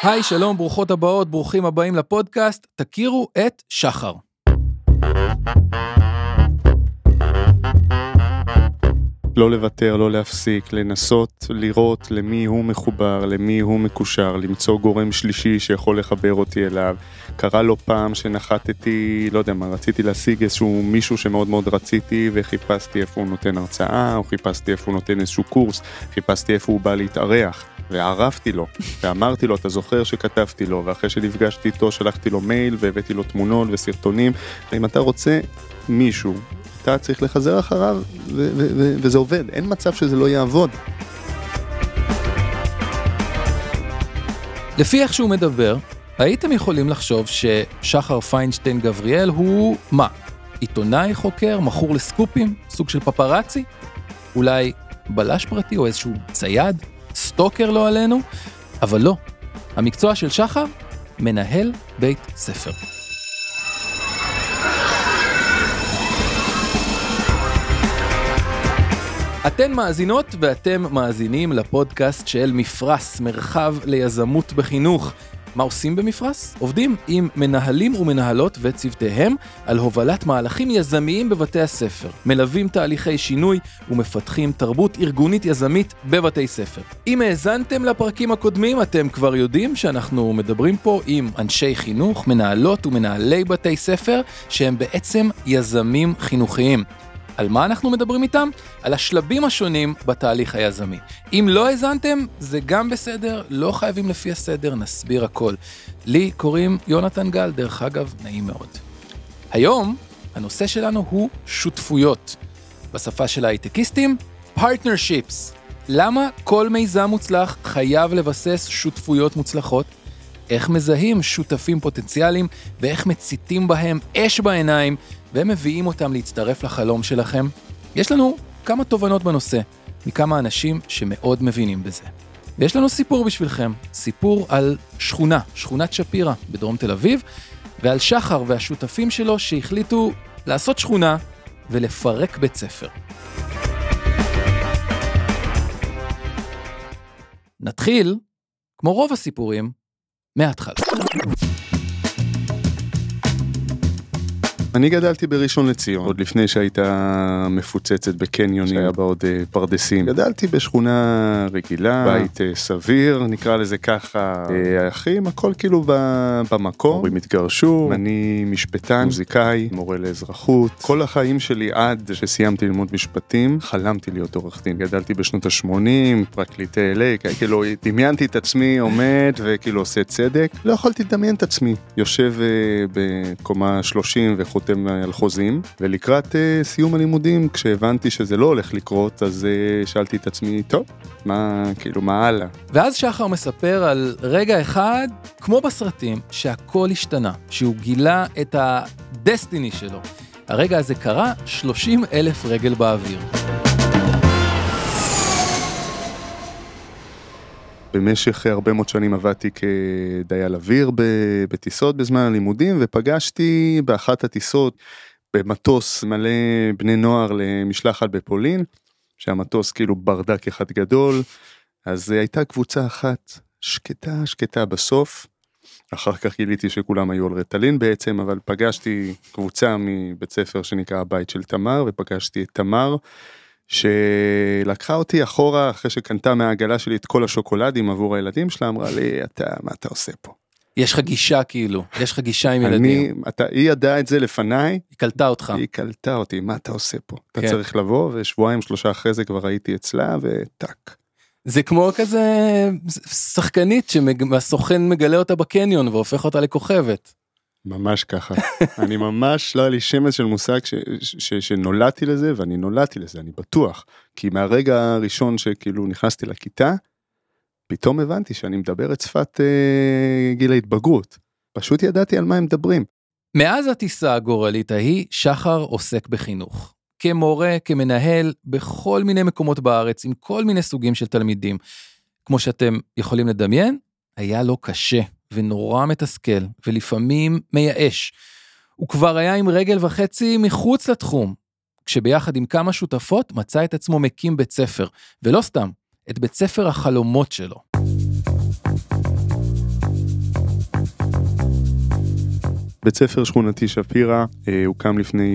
היי, שלום, ברוכות הבאות, ברוכים הבאים לפודקאסט, תכירו את שחר. לא לוותר, לא להפסיק, לנסות לראות למי הוא מחובר, למי הוא מקושר, למצוא גורם שלישי שיכול לחבר אותי אליו. קרה לו פעם שנחתתי, לא יודע מה, רציתי להשיג איזשהו מישהו שמאוד מאוד רציתי, וחיפשתי איפה הוא נותן הרצאה, או חיפשתי איפה הוא נותן איזשהו קורס, חיפשתי איפה הוא בא להתארח, וערפתי לו, ואמרתי לו, אתה זוכר שכתבתי לו, ואחרי שנפגשתי איתו, שלחתי לו מייל, והבאתי לו תמונות וסרטונים, ואם אתה רוצה מישהו, אתה צריך לחזר אחריו, וזה עובד. אין מצב שזה לא יעבוד. לפי איך שהוא מדבר, הייתם יכולים לחשוב ששחר פיינשטיין גבריאל הוא מה? עיתונאי חוקר, מכור לסקופים, סוג של פפרצי? אולי בלש פרטי או איזשהו צייד? סטוקר לא עלינו? אבל לא. המקצוע של שחר? מנהל בית ספר. אתן מאזינות ואתם מאזינים לפודקאסט של מפרס, מרחב ליזמות בחינוך. מה עושים במפרס? עובדים עם מנהלים ומנהלות וצוותיהם על הובלת מהלכים יזמיים בבתי הספר. מלווים תהליכי שינוי ומפתחים תרבות ארגונית יזמית בבתי ספר. אם האזנתם לפרקים הקודמים, אתם כבר יודעים שאנחנו מדברים פה עם אנשי חינוך, מנהלות ומנהלי בתי ספר, שהם בעצם יזמים חינוכיים. על מה אנחנו מדברים איתם? על השלבים השונים בתהליך היזמי. אם לא האזנתם, זה גם בסדר, לא חייבים לפי הסדר, נסביר הכל. לי קוראים יונתן גל, דרך אגב, נעים מאוד. היום, הנושא שלנו הוא שותפויות. בשפה של ההייטקיסטים, partnerships. למה כל מיזם מוצלח חייב לבסס שותפויות מוצלחות? איך מזהים שותפים פוטנציאליים, ואיך מציתים בהם אש בעיניים, והם מביאים אותם להצטרף לחלום שלכם? יש לנו כמה תובנות בנושא, מכמה אנשים שמאוד מבינים בזה. ויש לנו סיפור בשבילכם, סיפור על שכונת שפירא בדרום תל אביב, ועל שחר והשותפים שלו שהחליטו לעשות שכונה ולפרק בית ספר. נתחיל, כמו רוב הסיפורים, מההתחלה. אני גדלתי בראשון לציון, עוד לפני שהייתה מפוצצת בקניונים, שהיה בה עוד פרדסים. גדלתי בשכונה רגילה, בית סביר, נקרא לזה ככה. האחים, הכל כאילו במקום. הורים התגרשו, אני משפטן, מוזיקאי, מורה לאזרחות. כל החיים שלי עד שסיימתי ללמוד משפטים, חלמתי להיות עורך דין. גדלתי בשנות ה-80, פרקליט LA, כאילו דמיינתי את עצמי עומד וכאילו עושה צדק. לא יכולתי לדמיין את עצמי. יושב בקומה 30 וחותם על חוזים, ולקראת סיום הלימודים, כשהבנתי שזה לא הולך לקרות, אז שאלתי את עצמי, טוב, מה הלאה? ואז שחר מספר על רגע אחד, כמו בסרטים, שהכל השתנה, שהוא גילה את הדסטיני שלו. הרגע הזה קרה 30,000 רגל באוויר. במשך הרבה מאוד שנים עבדתי כדייל אוויר בטיסות בזמן הלימודים, ופגשתי באחת הטיסות במטוס מלא בני נוער למשלחת בפולין, שהמטוס כאילו ברדק אחד גדול, אז הייתה קבוצה אחת שקטה בסוף, אחר כך גיליתי שכולם היו על רטלין בעצם, אבל פגשתי קבוצה מבית ספר שנקרא הבית של תמר, ופגשתי את תמר, שלקחה אותי אחורה אחרי שקנתה מהעגלה שלי את כל השוקולדים עבור הילדים שלה, אמרה לי, מה אתה עושה פה? יש לך גישה כאילו, יש לך גישה עם ילדים. היא ידעה את זה לפניי. היא קלטה אותך. היא קלטה אותי, מה אתה עושה פה? אתה צריך לבוא, ושבועיים 3 אחרי זה כבר הייתי אצלה, וטק. זה כמו כזה שחקנית שהסוכן מגלה אותה בקניון, והופך אותה לכוכבת. ממש ככה. אני ממש לא היה לי שמץ של מושג שנולדתי לזה, ואני נולדתי לזה, אני בטוח. כי מהרגע הראשון שכאילו נכנסתי לכיתה, פתאום הבנתי שאני מדבר את שפת גיל ההתבגרות. פשוט ידעתי על מה הם מדברים. מאז הטיסה הגורלית ההיא, שחר עוסק בחינוך. כמורה, כמנהל, בכל מיני מקומות בארץ, עם כל מיני סוגים של תלמידים. כמו שאתם יכולים לדמיין, היה לו קשה. ונורא מתסכל, ולפעמים מייאש. הוא כבר היה עם רגל וחצי מחוץ לתחום, כשביחד עם כמה שותפות מצא את עצמו מקים בית ספר, ולא סתם, את בית ספר החלומות שלו. בית ספר שכונתי שפירא הוקם לפני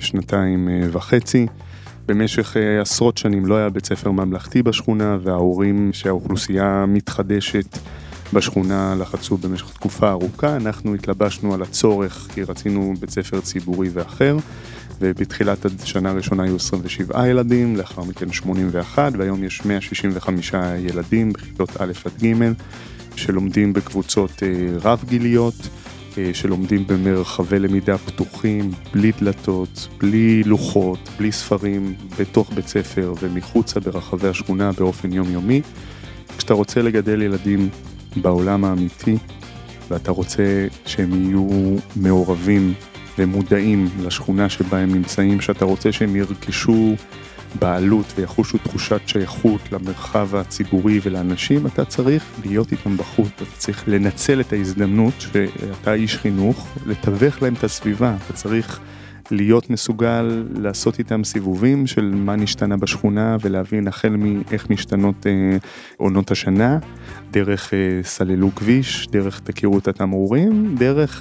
2.5 שנים. במשך עשרות שנים לא היה בית ספר ממלכתי בשכונה, וההורים שהאוכלוסייה מתחדשת בשכונה לחצו במשך תקופה ארוכה. אנחנו התלבשנו על הצורך כי רצינו בית ספר ציבורי ואחר, ובתחילת השנה הראשונה היו 27 ילדים, לאחר מכן 81, והיום יש 165 ילדים בכיתות א' עד ג' שלומדים בקבוצות רב-גיליות, שלומדים במרחבי למידה פתוחים, בלי דלתות, בלי לוחות, בלי ספרים, בתוך בית ספר ומחוצה ברחבי השכונה באופן יומיומי. כשאתה רוצה לגדל ילדים בעולם האמיתי, ואתה רוצה שהם יהיו מעורבים ומודעים לשכונה שבה הם נמצאים, שאתה רוצה שהם ירכשו בעלות ויחושו תחושת שייכות למרחב הציבורי ולאנשים, אתה צריך להיות איתם בחוץ, אתה צריך לנצל את ההזדמנות שאתה איש חינוך, לתווך להם את הסביבה, אתה צריך להיות מסוגל לעשות איתם סיבובים של מה נשתנה בשכונה, ולהבין החל מאיך משתנות עונות השנה, דרך סללו כביש, דרך תכירו את התמרורים,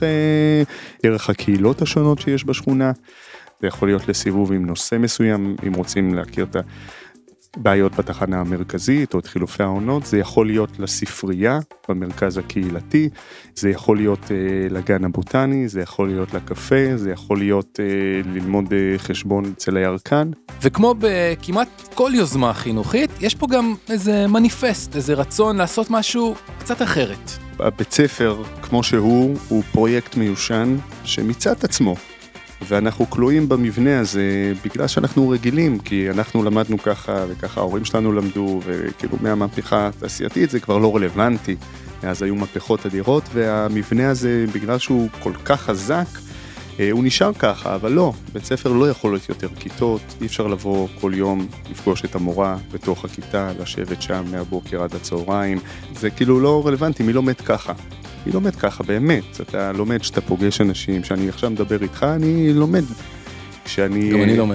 דרך הקהילות השונות שיש בשכונה. זה יכול להיות לסיבוב עם נושא מסוים, אם רוצים להכיר את הבעיות בתחנה המרכזית או את חילופי העונות, זה יכול להיות לספרייה במרכז הקהילתי, זה יכול להיות לגן הבוטני, זה יכול להיות לקפה, זה יכול להיות ללמוד חשבון אצל הירקן. וכמו בכמעט כל יוזמה חינוכית, יש פה גם איזה מניפסט, איזה רצון לעשות משהו קצת אחרת. הבית ספר, כמו שהוא, הוא פרויקט מיושן שמיצה את עצמו. ואנחנו כלואים במבנה הזה בגלל שאנחנו רגילים, כי אנחנו למדנו ככה וככה, ההורים שלנו למדו, וכאילו מהמהפכה התעשייתית זה כבר לא רלוונטי. אז היו מהפכות אדירות, והמבנה הזה, בגלל שהוא כל כך חזק, הוא נשאר ככה, אבל לא, בית ספר לא יכול להיות יותר כיתות, אי אפשר לבוא כל יום לפגוש את המורה בתוך הכיתה, לשבת שם מהבוקר עד הצהריים, זה כאילו לא רלוונטי, מי לומד ככה? היא לומד ככה, באמת. אתה לומד שאתה פוגש אנשים, שאני עכשיו מדבר איתך, אני לומד. גם אני לומד.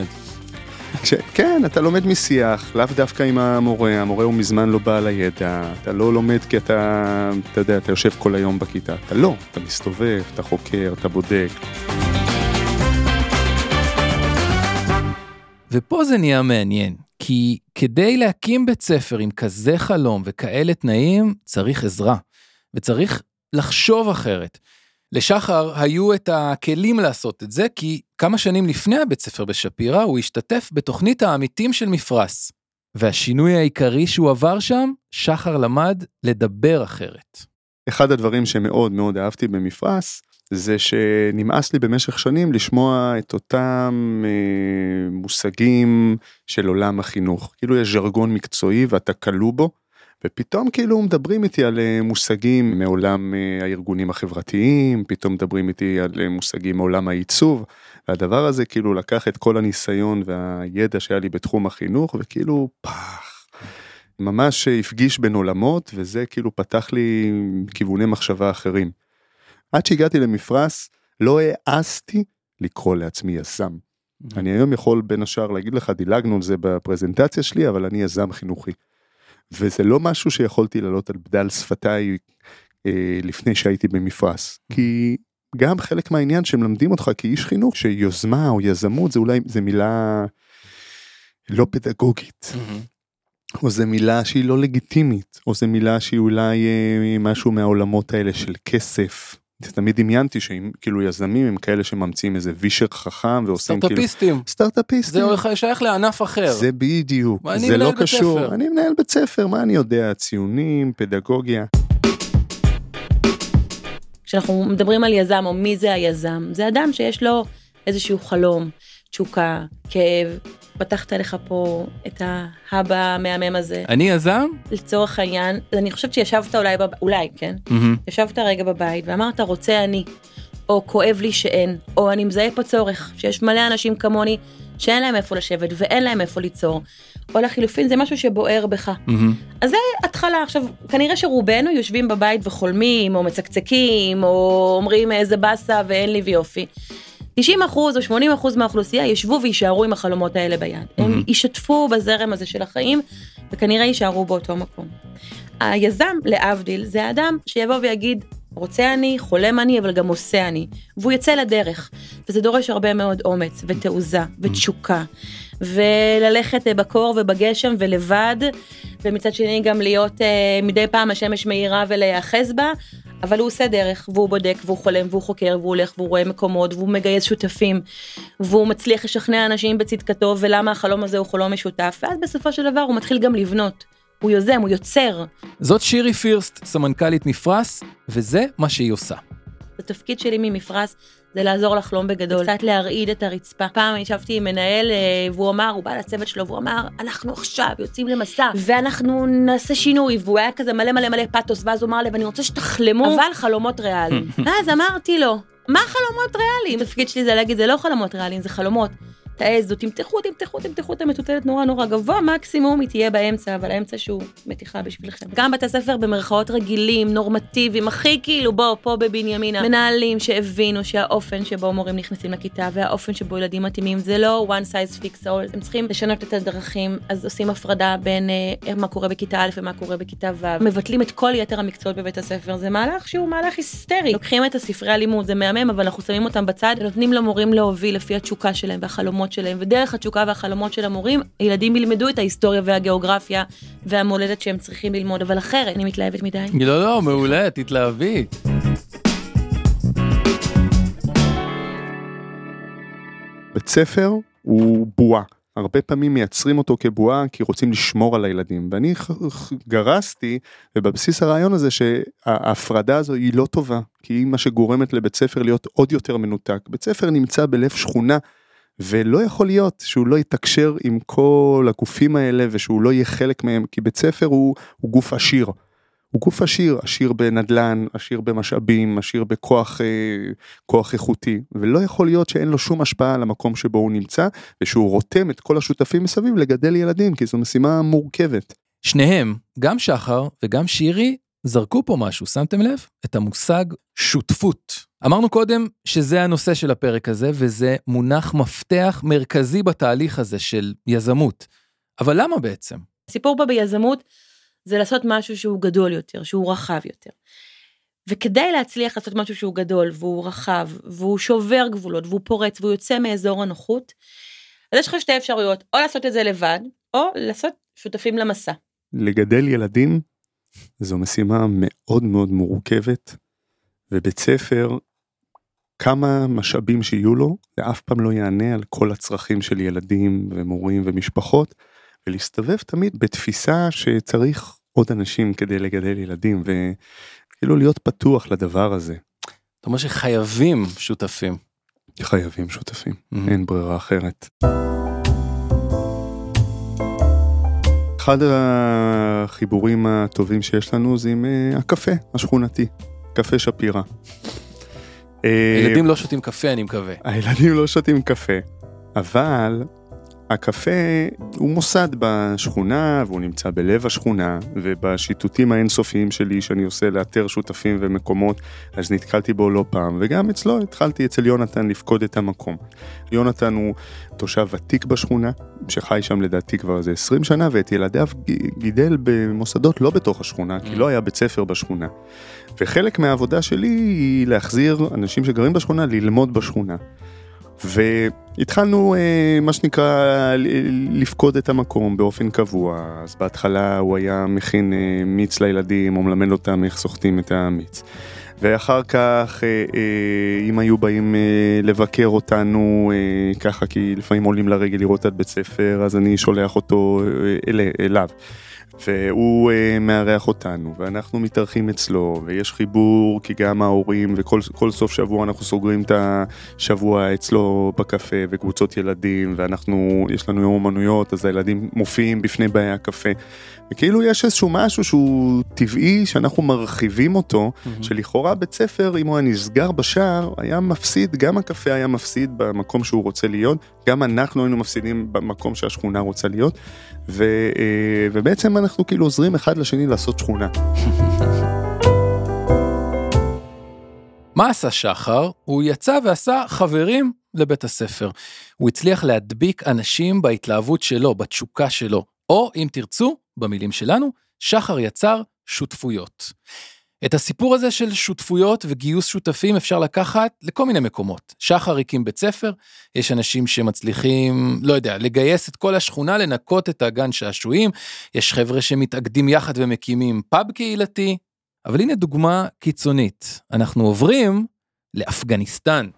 כן, אתה לומד משיח, לאו דווקא עם המורה הוא מזמן לא בעל הידע, אתה לא לומד כי אתה יודע, אתה יושב כל היום בכיתה, אתה לא, אתה מסתובב, אתה חוקר, אתה בודק. ופה זה נהיה מעניין, כי כדי להקים בית ספר עם כזה חלום וכאלה תנאים, צריך עזרה, וצריך לחשוב אחרת. לשחר היו את הכלים לעשות את זה, כי כמה שנים לפני הבית ספר בשפירא, הוא השתתף בתוכנית העמיתים של מפרס. והשינוי העיקרי שהוא עבר שם, שחר למד לדבר אחרת. אחד הדברים שמאוד מאוד אהבתי במפרס, זה שנמאס לי במשך שנים לשמוע את אותם מושגים של עולם החינוך. כאילו יש ז'רגון מקצועי ואתה קלו בו, ופתאום כאילו מדברים איתי על מושגים מעולם הארגונים החברתיים, פתאום מדברים איתי על מושגים מעולם העיצוב, והדבר הזה כאילו לקח את כל הניסיון והידע שהיה לי בתחום החינוך, וכאילו ממש הפגיש בין עולמות, וזה כאילו פתח לי כיווני מחשבה אחרים. עד שהגעתי למפרס, לא העזתי לקרוא לעצמי יזם. אני היום יכול בין השאר להגיד לך, דילגנו על זה בפרזנטציה שלי, אבל אני יזם חינוכי. וזה לא משהו שיכולתי לעלות על בדל שפתיי לפני שהייתי במפרס. כי גם חלק מהעניין שמלמדים אותך כאיש חינוך, שיוזמה או יזמות זה אולי, זה מילה לא פדגוגית. או זה מילה שהיא לא לגיטימית, או זה מילה שהיא אולי משהו מהעולמות האלה של כסף. תמיד דמיינתי שהם כאילו יזמים הם כאלה שממציאים איזה וישר חכם ועושים סטארט-אפיסטים. סטארט-אפיסטים. זה שייך לענף אחר. זה בדיוק, זה לא קשור. אני מנהל בית ספר, מה אני יודע? ציונים, פדגוגיה. כשאנחנו מדברים על יזם או מי זה היזם, זה אדם שיש לו איזשהו חלום, תשוקה, כאב, פתחת לך פה את ההבא המהמם הזה. אני יזם? לצורך העניין, אני חושבת שישבת אולי, כן? ישבת רגע בבית ואמרת, רוצה אני, או כואב לי שאין, או אני מזהה פה צורך, שיש מלא אנשים כמוני, שאין להם איפה לשבת ואין להם איפה ליצור, או לחילופין, זה משהו שבוער בך. אז זה התחלה. עכשיו, כנראה שרובנו יושבים בבית וחולמים, או מצקצקים, או אומרים איזה בסה ואין לי ויופי. 90% או 80% מהאוכלוסייה ישבו וישארו עם החלומות האלה ביד. הם ישתפו בזרם הזה של החיים, וכנראה יישארו באותו מקום. היזם, להבדיל, זה האדם שיבוא ויגיד, רוצה אני, חולם אני, אבל גם עושה אני. והוא יצא לדרך. וזה דורש הרבה מאוד אומץ, ותעוזה, ותשוקה, וללכת בקור ובגשם ולבד, ומצד שני גם להיות מדי פעם השמש מהירה ולהיאחז בה, אבל הוא עושה דרך, והוא בודק, והוא חולם, והוא חוקר, והוא הולך, והוא רואה מקומות, והוא מגייס שותפים, והוא מצליח לשכנע אנשים בצדקתו, ולמה החלום הזה הוא חלום משותף, ואז בסופו של דבר הוא מתחיל גם לבנות. הוא יוזם, הוא יוצר. זאת שירי פירסט, סמנכ"לית מפרס, וזה מה שהיא עושה. התפקיד שלי ממפרס זה לעזור לחלום בגדול, קצת להרעיד את הרצפה. פעם ישבתי עם מנהל, והוא אמר, הוא בא לצוות שלו, והוא אמר, אנחנו עכשיו יוצאים למסע, ואנחנו נעשה שינוי, והוא היה כזה מלא מלא מלא פאטוס, ואז הוא אמר לי, ואני רוצה שתחלמו, אבל חלומות ריאליים. ואז אמרתי לו, מה חלומות ריאליים? התפקיד שלי זה להגיד, זה לא חלומות ריאליים, זה חלומות. תעזו, תמתחו את המטוטלת נורא גבוה, מקסימום היא תהיה באמצע, אבל האמצע שהוא מתיחה בשבילכם. גם בתי ספר במרכאות רגילים, נורמטיביים, הכי כאילו פה בבנימינה, מנהלים שהבינו שהאופן שבו מורים נכנסים לכיתה, והאופן שבו ילדים מתאימים, זה לא one size fix all, הם צריכים לשנות את הדרכים, אז עושים הפרדה בין מה קורה בכיתה א' ומה קורה בכיתה ו', מבטלים את כל יתר המקצועות בבית הספר, זה מהלך שהוא מהלך היסטרי. לוקחים את הספרי הלימוד, זה מהמם, אבל אנחנו שמים אותם בצד, נותנים למורים להוביל לפי התשוקה שלהם והחלומות שלהם, ודרך התשוקה והחלומות של המורים, ילדים ילמדו את ההיסטוריה והגיאוגרפיה והמולדת שהם צריכים ללמוד, אבל אחרת, אני מתלהבת מדי. לא, מעולה, תתלהבי. בית ספר הוא בועה. הרבה פעמים מייצרים אותו כבועה כי רוצים לשמור על הילדים, ואני גרסתי, ובבסיס הרעיון הזה שההפרדה הזו היא לא טובה, כי היא מה שגורמת לבית ספר להיות עוד יותר מנותק. בית ספר נמצא בלב שכונה, ולא יכול להיות שהוא לא יתקשר עם כל הגופים האלה, ושהוא לא יהיה חלק מהם, כי בית ספר הוא גוף עשיר. הוא גוף עשיר, עשיר בנדלן, עשיר במשאבים, עשיר בכוח איכותי, ולא יכול להיות שאין לו שום השפעה על המקום שבו הוא נמצא, ושהוא רותם את כל השותפים מסביב לגדל ילדים, כי זו משימה מורכבת. שניהם, גם שחר וגם שירי, זרקו פה משהו, שמתם לב? את המושג שותפות. אמרנו קודם שזה הנושא של הפרק הזה, וזה מונח מפתח מרכזי בתהליך הזה של יזמות. אבל למה בעצם? הסיפור פה ביזמות זה לעשות משהו שהוא גדול יותר, שהוא רחב יותר. וכדי להצליח לעשות משהו שהוא גדול, והוא רחב, והוא שובר גבולות, והוא פורץ, והוא יוצא מאזור הנוחות, אז יש לך שתי אפשרויות, או לעשות את זה לבד, או לעשות שותפים למסע. לגדל ילדים, זו משימה מאוד מאוד מורכבת, ובית ספר, כמה משאבים שיהיו לו, זה אף פעם לא יענה על כל הצרכים של ילדים ומורים ומשפחות, ולהסתובב תמיד בתפיסה שצריך עוד אנשים כדי לגדל ילדים, וכאילו להיות פתוח לדבר הזה. זאת אומרת שחייבים שותפים. חייבים שותפים, אין ברירה אחרת. אחד החיבורים הטובים שיש לנו זה עם הקפה השכונתי, קפה שפירא. הילדים לא שותים קפה, אני מקווה. הילדים לא שותים קפה, אבל הקפה הוא מוסד בשכונה, והוא נמצא בלב השכונה, ובשיטוטים האינסופיים שלי שאני עושה לאתר שותפים ומקומות, אז נתקלתי בו לא פעם, וגם אצלו התחלתי אצל יונתן לפקוד את המקום. יונתן הוא תושב ותיק בשכונה, שחי שם לדעתי כבר איזה 20 שנה, ואת ילדיו גידל במוסדות לא בתוך השכונה, כי לא היה בית ספר בשכונה. וחלק מהעבודה שלי היא להחזיר אנשים שגרים בשכונה ללמוד בשכונה. והתחלנו מה שנקרא לפקוד את המקום באופן קבוע. אז בהתחלה הוא היה מכין מיץ לילדים, או מלמד אותם איך סוחטים את המיץ. ואחר כך אם היו באים לבקר אותנו ככה, כי לפעמים עולים לרגל לראות את בית ספר, אז אני שולח אותו אליו. והוא מארח אותנו, ואנחנו מתארחים אצלו, ויש חיבור, כי גם ההורים, וכל סוף שבוע אנחנו סוגרים את השבוע אצלו בקפה, וקבוצות ילדים, יש לנו יום אומנויות, אז הילדים מופיעים בפני באי הקפה, וכאילו יש איזשהו משהו שהוא טבעי, שאנחנו מרחיבים אותו, שלכאורה בית ספר, אם הוא היה נסגר בשער, היה מפסיד, גם הקפה היה מפסיד במקום שהוא רוצה להיות, גם אנחנו היינו מפסידים במקום שהשכונה רוצה להיות, ובעצם אנחנו כאילו עוזרים אחד לשני לעשות שכונה. מה עשה שחר? הוא יצא ועשה חברים לבית הספר. הוא הצליח להדביק אנשים בהתלהבות שלו, בתשוקה שלו, או אם תרצו, במילים שלנו, שחר יצר שותפויות. את הסיפור הזה של שותפויות וגיוס שותפים אפשר לקחת לכל מיני מקומות. שחר הקים בית ספר, יש אנשים שמצליחים, לא יודע, לגייס את כל השכונה, לנקות את הגן שעשועים, יש חבר'ה שמתאגדים יחד ומקימים פאב קהילתי, אבל הנה דוגמה קיצונית. אנחנו עוברים לאפגניסטן.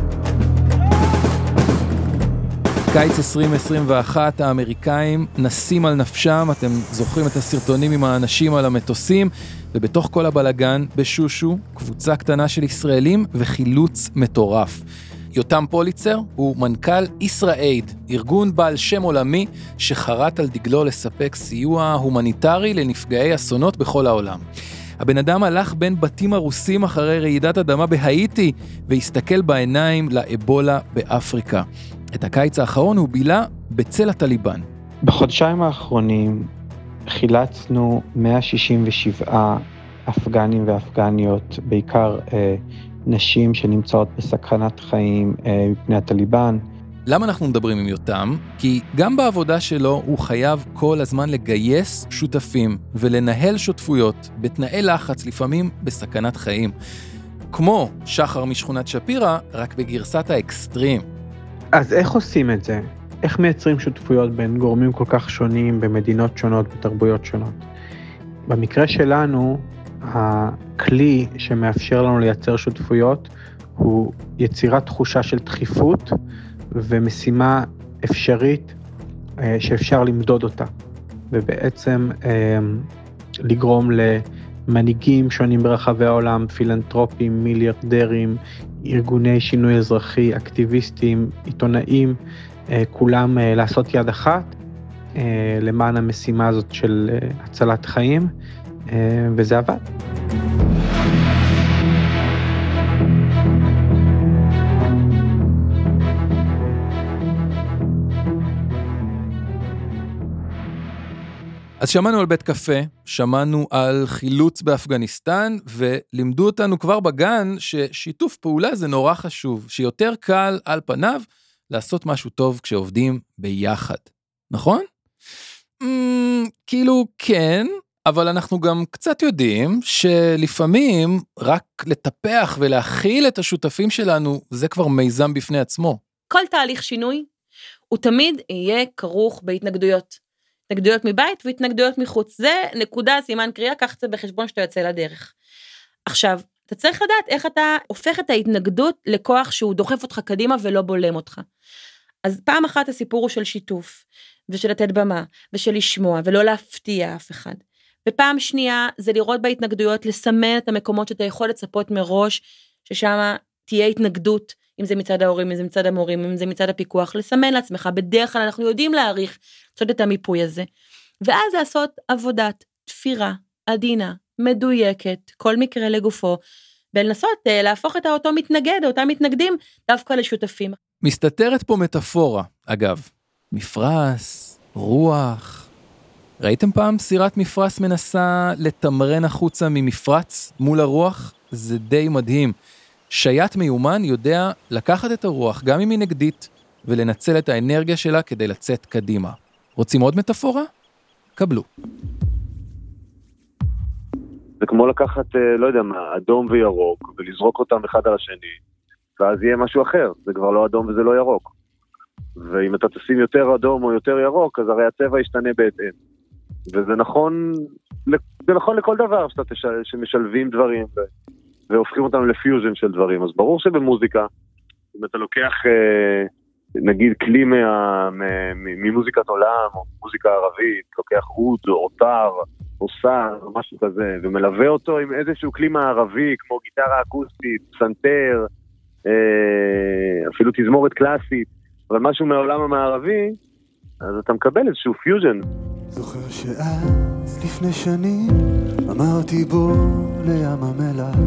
קיץ 2021, האמריקאים נסים על נפשם, אתם זוכרים את הסרטונים עם האנשים על המטוסים, ובתוך כל הבלגן בשושו, קבוצה קטנה של ישראלים וחילוץ מטורף. יותם פוליצר הוא מנכ"ל ישראייד, ארגון בעל שם עולמי שחרט על דגלו לספק סיוע הומניטרי לנפגעי אסונות בכל העולם. הבן אדם הלך בין בתים הרוסים אחרי רעידת אדמה בהאיטי, והסתכל בעיניים לאבולה באפריקה. את הקיץ האחרון הוא בילה בצל הטליבן. בחודשיים האחרונים חילצנו 167 אפגנים ואפגניות, בעיקר נשים שנמצאות בסכנת חיים מפני הטליבן. למה אנחנו מדברים עם יותם? כי גם בעבודה שלו הוא חייב כל הזמן לגייס שותפים ולנהל שותפויות בתנאי לחץ, לפעמים בסכנת חיים. כמו שחר משכונת שפירה, רק בגרסת האקסטרים. אז איך עושים את זה? איך מייצרים שותפויות בין גורמים כל כך שונים במדינות שונות, בתרבויות שונות? במקרה שלנו, הכלי שמאפשר לנו לייצר שותפויות הוא יצירת תחושה של דחיפות ומשימה אפשרית שאפשר למדוד אותה, ובעצם לגרום למנהיגים שונים ברחבי העולם, פילנטרופים, מיליארדרים, ארגוני שינוי אזרחי, אקטיביסטים, עיתונאים, כולם לעשות יד אחת למען המשימה הזאת של הצלת חיים, וזה עבד. אז שמענו על בית קפה, שמענו על חילוץ באפגניסטן, ולימדו אותנו כבר בגן ששיתוף פעולה זה נורא חשוב, שיותר קל על פניו לעשות משהו טוב כשעובדים ביחד. נכון? כאילו כן, אבל אנחנו גם קצת יודעים שלפעמים רק לטפח ולהכיל את השותפים שלנו, זה כבר מיזם בפני עצמו. כל תהליך שינוי הוא תמיד יהיה כרוך בהתנגדויות. התנגדויות מבית והתנגדויות מחוץ. זה נקודה, סימן קריאה, קח את זה בחשבון שאתה יוצא לדרך. עכשיו, אתה צריך לדעת איך אתה הופך את ההתנגדות לכוח שהוא דוחף אותך קדימה ולא בולם אותך. אז פעם אחת הסיפור הוא של שיתוף, ושל לתת במה, ושל לשמוע, ולא להפתיע אף אחד. ופעם שנייה זה לראות בהתנגדויות, לסמן את המקומות שאתה יכול לצפות מראש, ששם תהיה התנגדות, אם זה מצד ההורים, אם זה מצד המורים, אם זה מצד הפיקוח, לסמן לעצמך, בדרך כלל אנחנו יודעים להעריך, לעשות את המיפוי הזה, ואז לעשות עבודת תפירה, עדינה, מדויקת, כל מקרה לגופו, ולנסות להפוך את אותו מתנגד, או אותם מתנגדים, דווקא לשותפים. מסתתרת פה מטאפורה, אגב, מפרס, רוח. ראיתם פעם סירת מפרס מנסה לתמרן החוצה ממפרץ מול הרוח? זה די מדהים. שייט מיומן יודע לקחת את הרוח, גם אם היא נגדית, ולנצל את האנרגיה שלה כדי לצאת קדימה. רוצים עוד מטאפורה? קבלו. זה כמו לקחת, לא יודע מה, אדום וירוק, ולזרוק אותם אחד על השני, ואז יהיה משהו אחר, זה כבר לא אדום וזה לא ירוק. ואם אתה תשים יותר אדום או יותר ירוק, אז הרי הצבע ישתנה בהתאם. וזה נכון, זה נכון לכל דבר שמשלבים דברים והופכים אותם לפיוז'ן של דברים. אז ברור שבמוזיקה, אם אתה לוקח נגיד כלי ממוזיקת עולם או מוזיקה ערבית, לוקח אוד או אוטר או סר או משהו כזה, ומלווה אותו עם איזשהו כלי מערבי כמו גיטרה אקוסטית, פסנתר, אפילו תזמורת קלאסית, אבל משהו מהעולם המערבי, אז אתה מקבל איזשהו פיוז'ן. זוכר שאז לפני שנים אמרתי בו לים המלח.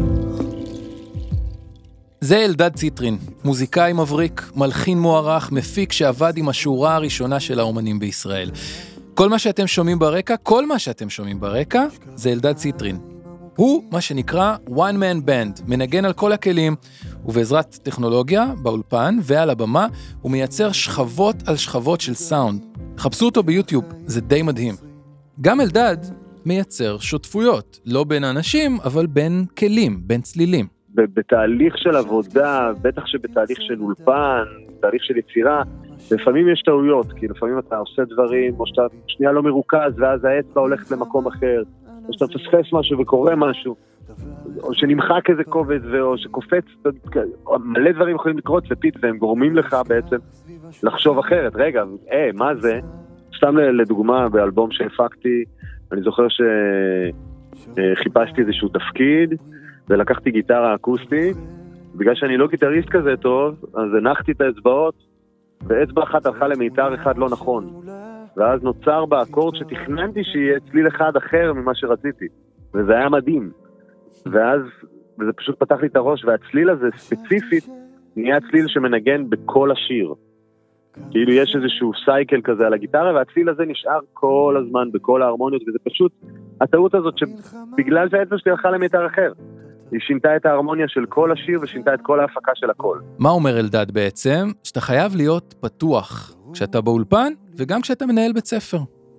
זה אלדד ציטרין, מוזיקאי מבריק, מלחין מוערך, מפיק שעבד עם השורה הראשונה של האומנים בישראל. כל מה שאתם שומעים ברקע, זה אלדד ציטרין. הוא מה שנקרא one man band, מנגן על כל הכלים, ובעזרת טכנולוגיה באולפן ועל הבמה, הוא מייצר שכבות על שכבות של סאונד. חפשו אותו ביוטיוב, זה די מדהים. גם אלדד מייצר שותפויות, לא בין אנשים, אבל בין כלים, בין צלילים. בתהליך של עבודה, בטח שבתהליך של אולפן, תהליך של יצירה, לפעמים יש טעויות, כי לפעמים אתה עושה דברים, או שאתה שנייה לא מרוכז, ואז האצבע הולכת למקום אחר, או שאתה מפספס משהו וקורה משהו, או שנמחק איזה קובץ, או שקופץ, מלא דברים יכולים לקרות לפית, והם גורמים לך בעצם לחשוב אחרת. רגע, מה זה? סתם לדוגמה, באלבום שהפקתי, אני זוכר שחיפשתי איזשהו תפקיד, ולקחתי גיטרה אקוסטית, בגלל שאני לא גיטריסט כזה טוב, אז הנחתי את האצבעות, ואצבע אחת הלכה למיתר אחד לא נכון. ואז נוצר באקורד שתכננתי שיהיה צליל אחד אחר ממה שרציתי. וזה היה מדהים. וזה פשוט פתח לי את הראש, והצליל הזה ספציפית, נהיה צליל שמנגן בכל השיר. כאילו יש איזשהו סייקל כזה על הגיטרה, והצליל הזה נשאר כל הזמן בכל ההרמוניות, וזה פשוט הטעות הזאת שבגלל שהאצבע שלי הלכה למיתר אחר. היא שינתה את ההרמוניה של כל השיר ושינתה את כל ההפקה של הכל. מה אומר אלדד בעצם? שאתה חייב להיות פתוח כשאתה באולפן וגם כשאתה מנהל בית ספר.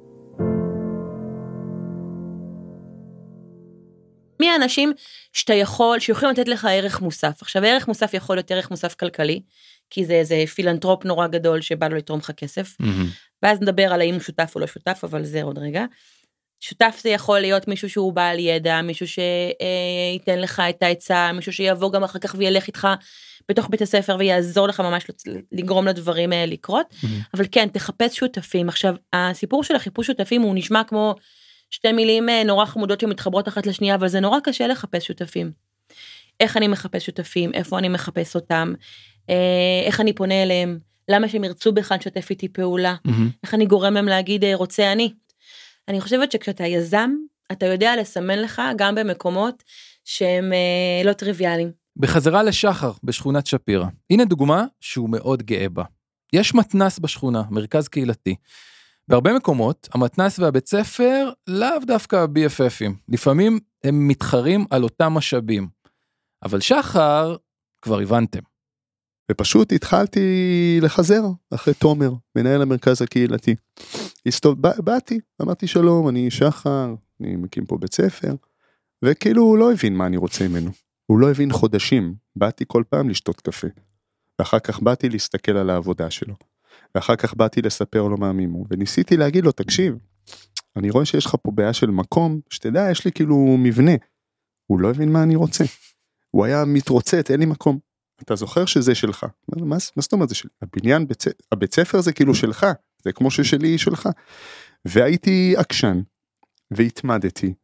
מי האנשים שיכולים לתת לך ערך מוסף? עכשיו, ערך מוסף יכול להיות ערך מוסף כלכלי, כי זה איזה פילנטרופ נורא גדול שבא לו לתרום לך כסף, ואז נדבר על האם הוא שותף או לא שותף, אבל זה עוד רגע. שותף זה יכול להיות מישהו שהוא בעל ידע, מישהו שייתן לך את העצה, מישהו שיבוא גם אחר כך וילך איתך בתוך בית הספר ויעזור לך ממש לגרום לדברים לקרות, אבל כן, תחפש שותפים. עכשיו, הסיפור של החיפוש שותפים הוא נשמע כמו שתי מילים נורא חמודות שמתחברות אחת לשנייה, אבל זה נורא קשה לחפש שותפים. איך אני מחפש שותפים, איפה אני מחפש אותם, איך אני פונה אליהם, למה שהם ירצו בכלל לשתף איתי פעולה, איך אני גורם להם להגיד רוצה אני. אני חושבת שכשאתה יזם, אתה יודע לסמן לך גם במקומות שהם לא טריוויאליים. בחזרה לשחר בשכונת שפירא. הנה דוגמה שהוא מאוד גאה בה. יש מתנס בשכונה, מרכז קהילתי. בהרבה מקומות, המתנס והבית ספר לאו דווקא BFFים. לפעמים הם מתחרים על אותם משאבים. אבל שחר, כבר הבנתם. ופשוט התחלתי לחזר אחרי תומר, מנהל המרכז הקהילתי. באתי, אמרתי שלום, אני שחר, אני מקים פה בית ספר, וכאילו הוא לא הבין מה אני רוצה ממנו. הוא לא הבין חודשים, באתי כל פעם לשתות קפה, ואחר כך באתי להסתכל על העבודה שלו, ואחר כך באתי לספר לו מה מימו, וניסיתי להגיד לו, תקשיב, אני רואה שיש לך פה בעיה של מקום, שתדע, יש לי כאילו מבנה. הוא לא הבין מה אני רוצה. הוא היה מתרוצץ, אין לי מקום. אתה זוכר שזה שלך. מה זאת אומרת זה שלי? הבניין, הבית ספר זה כאילו שלך, זה כמו ששלי שלך. והייתי עקשן, והתמדתי,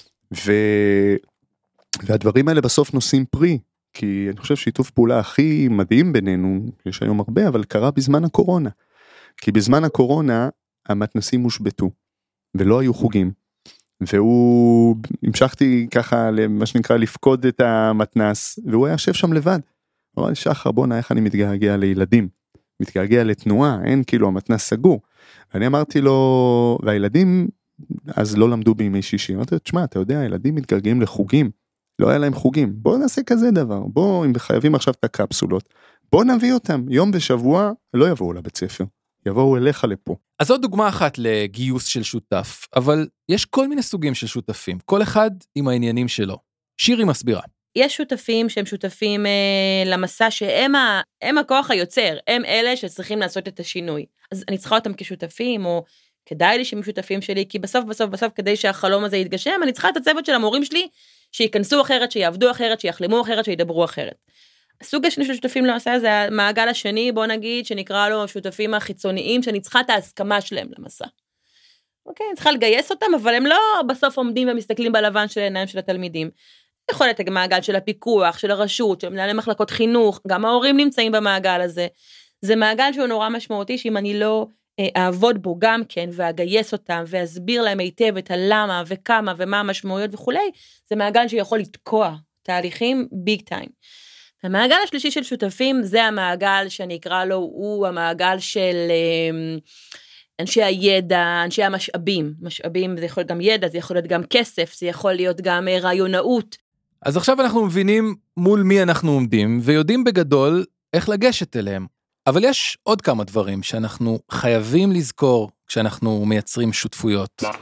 והדברים האלה בסוף נושאים פרי, כי אני חושב שיתוף פעולה הכי מדהים בינינו, יש היום הרבה, אבל קרה בזמן הקורונה. כי בזמן הקורונה, המתנסים הושבתו, ולא היו חוגים. והוא, המשכתי ככה, למה שנקרא, לפקוד את המתנס, והוא היה יושב שם לבד. הוא אמר לי, שחר, בוא נראה איך אני מתגעגע לילדים, מתגעגע לתנועה, אין כאילו, המתנס סגור. ואני אמרתי לו, והילדים אז לא למדו בימי שישי. אמרתי לו, תשמע, אתה יודע, הילדים מתגעגעים לחוגים, לא היה להם חוגים, בוא נעשה כזה דבר, בוא, אם חייבים עכשיו את הקפסולות, בוא נביא אותם, יום בשבוע לא יבואו לבית ספר, יבואו אליך לפה. אז עוד דוגמה אחת לגיוס של שותף, אבל יש כל מיני סוגים של שותפים, כל אחד עם העניינים שלו. שירי מסבירה. יש שותפים שהם שותפים למסע שהם הכוח היוצר, הם אלה שצריכים לעשות את השינוי. אז אני צריכה אותם כשותפים, או כדאי לי שהם שותפים שלי, כי בסוף, כדי שהחלום הזה יתגשם, אני צריכה את הצוות של המורים שלי, שיכנסו אחרת, שיעבדו אחרת, שיחלמו אחרת, שידברו אחרת. הסוג השני של שותפים לעשה, זה המעגל השני, בוא נגיד, שנקרא לו השותפים החיצוניים, שאני צריכה את ההסכמה שלהם למסע. אוקיי, אני צריכה לגייס אותם, אבל הם לא בסוף עומדים ומסתכלים בלבן של העיניים של התלמידים. יכול להיות המעגל של הפיקוח, של הרשות, של מנהלי מחלקות חינוך, גם ההורים נמצאים במעגל הזה. זה מעגל שהוא נורא משמעותי, שאם אני לא אעבוד בו גם כן, ואגייס אותם, ואסביר להם היטב את הלמה, וכמה, ומה המשמעויות וכולי, זה מעגל שיכול לתקוע תהליכים ביג טיים. המעגל השלישי של שותפים, זה המעגל שאני אקרא לו, הוא המעגל של אנשי הידע, אנשי המשאבים. משאבים זה יכול להיות גם ידע, זה יכול להיות גם כסף, זה יכול להיות גם רעיונאות. אז עכשיו אנחנו מבינים מול מי אנחנו עומדים, ויודעים בגדול איך לגשת אליהם. אבל יש עוד כמה דברים שאנחנו חייבים לזכור כשאנחנו מייצרים שותפויות.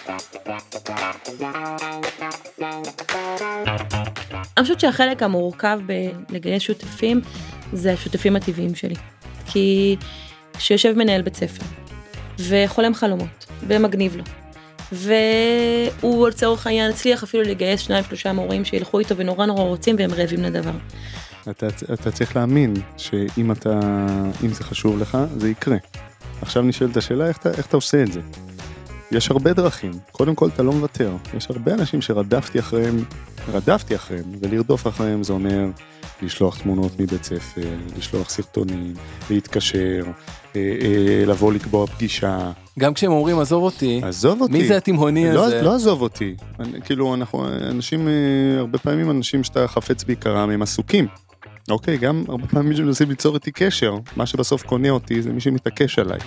אני חושבת שהחלק המורכב בלגייס שותפים זה השותפים הטבעיים שלי. כי כשיושב מנהל בית ספר וחולם חלומות ומגניב לו, והוא לצורך העניין הצליח אפילו לגייס 2-3 מורים שילכו איתו ונורא רוצים והם רעבים לדבר. אתה צריך להאמין שאם זה חשוב לך, זה יקרה. עכשיו נשאלת השאלה, איך אתה עושה את זה? יש הרבה דרכים. קודם כל, אתה לא מוותר. יש הרבה אנשים שרדפתי אחריהם, ולרדוף אחריהם זה אומר לשלוח תמונות מבית ספר, לשלוח סרטונים, להתקשר, לבוא לקבוע פגישה. גם כשהם אומרים, עזוב אותי. מי זה התימהוני הזה? לא עזוב אותי. כאילו, אנשים, הרבה פעמים אנשים שאתה חפץ בעיקרם, הם עסוקים. אוקיי, גם הרבה פעמים שמנסים ליצור איתי קשר, מה שבסוף קונה אותי זה מי שמתעקש עליי.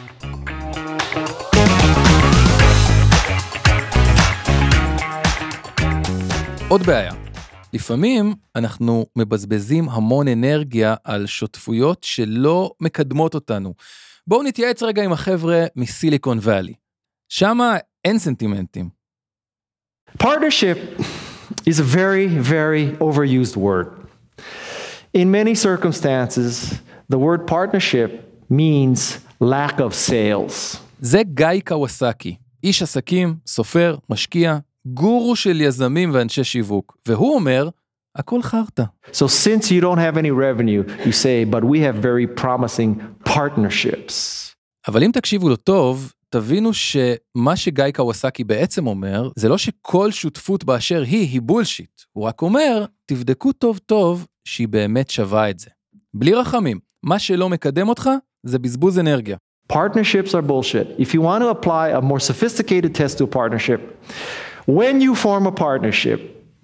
עוד בעיה. לפעמים אנחנו מבזבזים המון אנרגיה על שותפויות שלא מקדמות אותנו. בואו נתייעץ רגע עם החבר'ה מסיליקון ואלי. שמה אין סנטימנטים. Partnership is a very, very overused word. In many circumstances, the word partnership means lack of sales. זה גיא קוואסקי, איש עסקים, סופר, משקיע, גורו של יזמים ואנשי שיווק, והוא אומר, הכל חרטה. So since you don't have any revenue, you say, but we have very promising partnerships. אבל אם תקשיבו לו טוב, תבינו שמה שגיא קוואסקי בעצם אומר, זה לא שכל שותפות באשר היא בולשיט. הוא רק אומר, תבדקו טוב טוב שהיא באמת שווה את זה. בלי רחמים, מה שלא מקדם אותך, זה בזבוז אנרגיה. Partnerships are bullshit. If you want to apply a more sophisticated test to a partnership, when you form a partnership,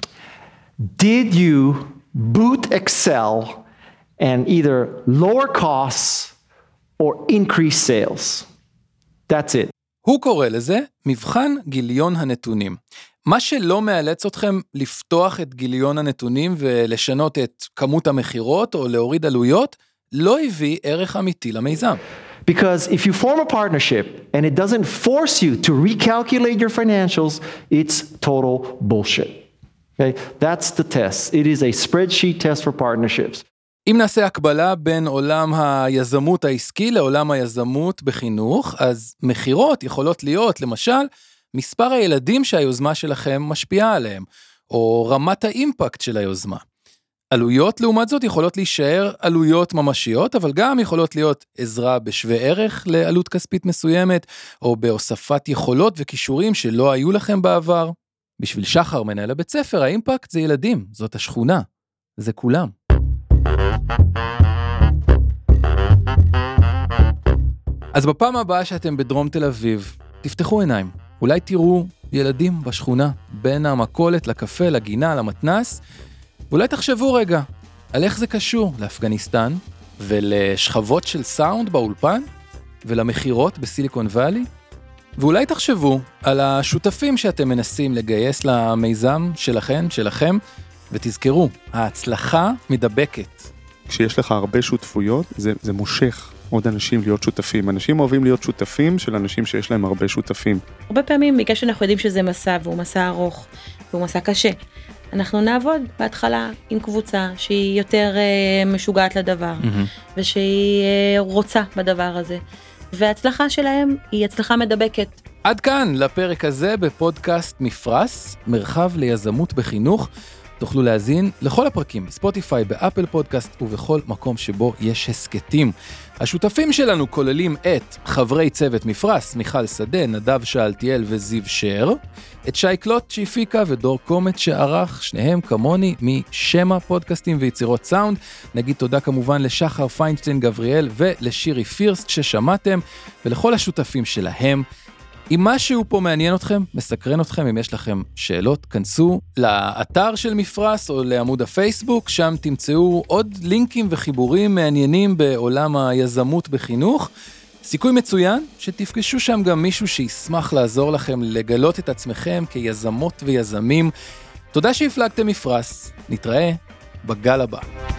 did you boot Excel and either lower costs or increase sales? That's it. הוא קורא לזה מבחן גיליון הנתונים. מה שלא מאלץ אתכם לפתוח את גיליון הנתונים ולשנות את כמות המחירות או להוריד עלויות, לא הביא ערך אמיתי למיזם. Because if you form a partnership and it doesn't force you to recalculate your financials, it's total bullshit. Okay? That's the test. It is a spreadsheet test for partnerships. אם נעשה הקבלה בין עולם היזמות העסקי לעולם היזמות בחינוך, אז מחירות יכולות להיות, למשל, מספר הילדים שהיוזמה שלכם משפיעה עליהם, או רמת האימפקט של היוזמה. עלויות לעומת זאת יכולות להישאר עלויות ממשיות, אבל גם יכולות להיות עזרה בשווה ערך לעלות כספית מסוימת, או בהוספת יכולות וכישורים שלא היו לכם בעבר. בשביל שחר מנהל הבית ספר, האימפקט זה ילדים, זאת השכונה, זה כולם. אז בפעם הבאה שאתם בדרום תל אביב, תפתחו עיניים. אולי תראו ילדים בשכונה, בין המכולת לקפה, לגינה, למתנס, ואולי תחשבו רגע על איך זה קשור לאפגניסטן, ולשכבות של סאונד באולפן, ולמחירות בסיליקון ואלי, ואולי תחשבו על השותפים שאתם מנסים לגייס למיזם שלכם, ותזכרו, ההצלחה מדבקת. כשיש לך הרבה שותפויות, זה מושך עוד אנשים להיות שותפים. אנשים אוהבים להיות שותפים של אנשים שיש להם הרבה שותפים. הרבה פעמים, בגלל שאנחנו יודעים שזה מסע, והוא מסע ארוך, והוא מסע קשה, אנחנו נעבוד בהתחלה עם קבוצה שהיא יותר משוגעת לדבר, ושהיא רוצה בדבר הזה. וההצלחה שלהם היא הצלחה מדבקת. עד כאן לפרק הזה בפודקאסט מפרס, מרחב ליזמות בחינוך. תוכלו להזין לכל הפרקים בספוטיפיי, באפל פודקאסט ובכל מקום שבו יש הסקטים. השותפים שלנו כוללים את חברי צוות מפרס, מיכל שדה, נדב שאלתיאל וזיו שר, את שי קלוט שהפיקה ודור קומט שערך, שניהם כמוני משמה פודקאסטים ויצירות סאונד. נגיד תודה כמובן לשחר פיינשטיין גבריאל ולשירי פירסט ששמעתם, ולכל השותפים שלהם. אם משהו פה מעניין אתכם, מסקרן אתכם, אם יש לכם שאלות, כנסו לאתר של מפרס או לעמוד הפייסבוק, שם תמצאו עוד לינקים וחיבורים מעניינים בעולם היזמות בחינוך. סיכוי מצוין שתפגשו שם גם מישהו שישמח לעזור לכם לגלות את עצמכם כיזמות ויזמים. תודה שהפלגתם מפרס, נתראה בגל הבא.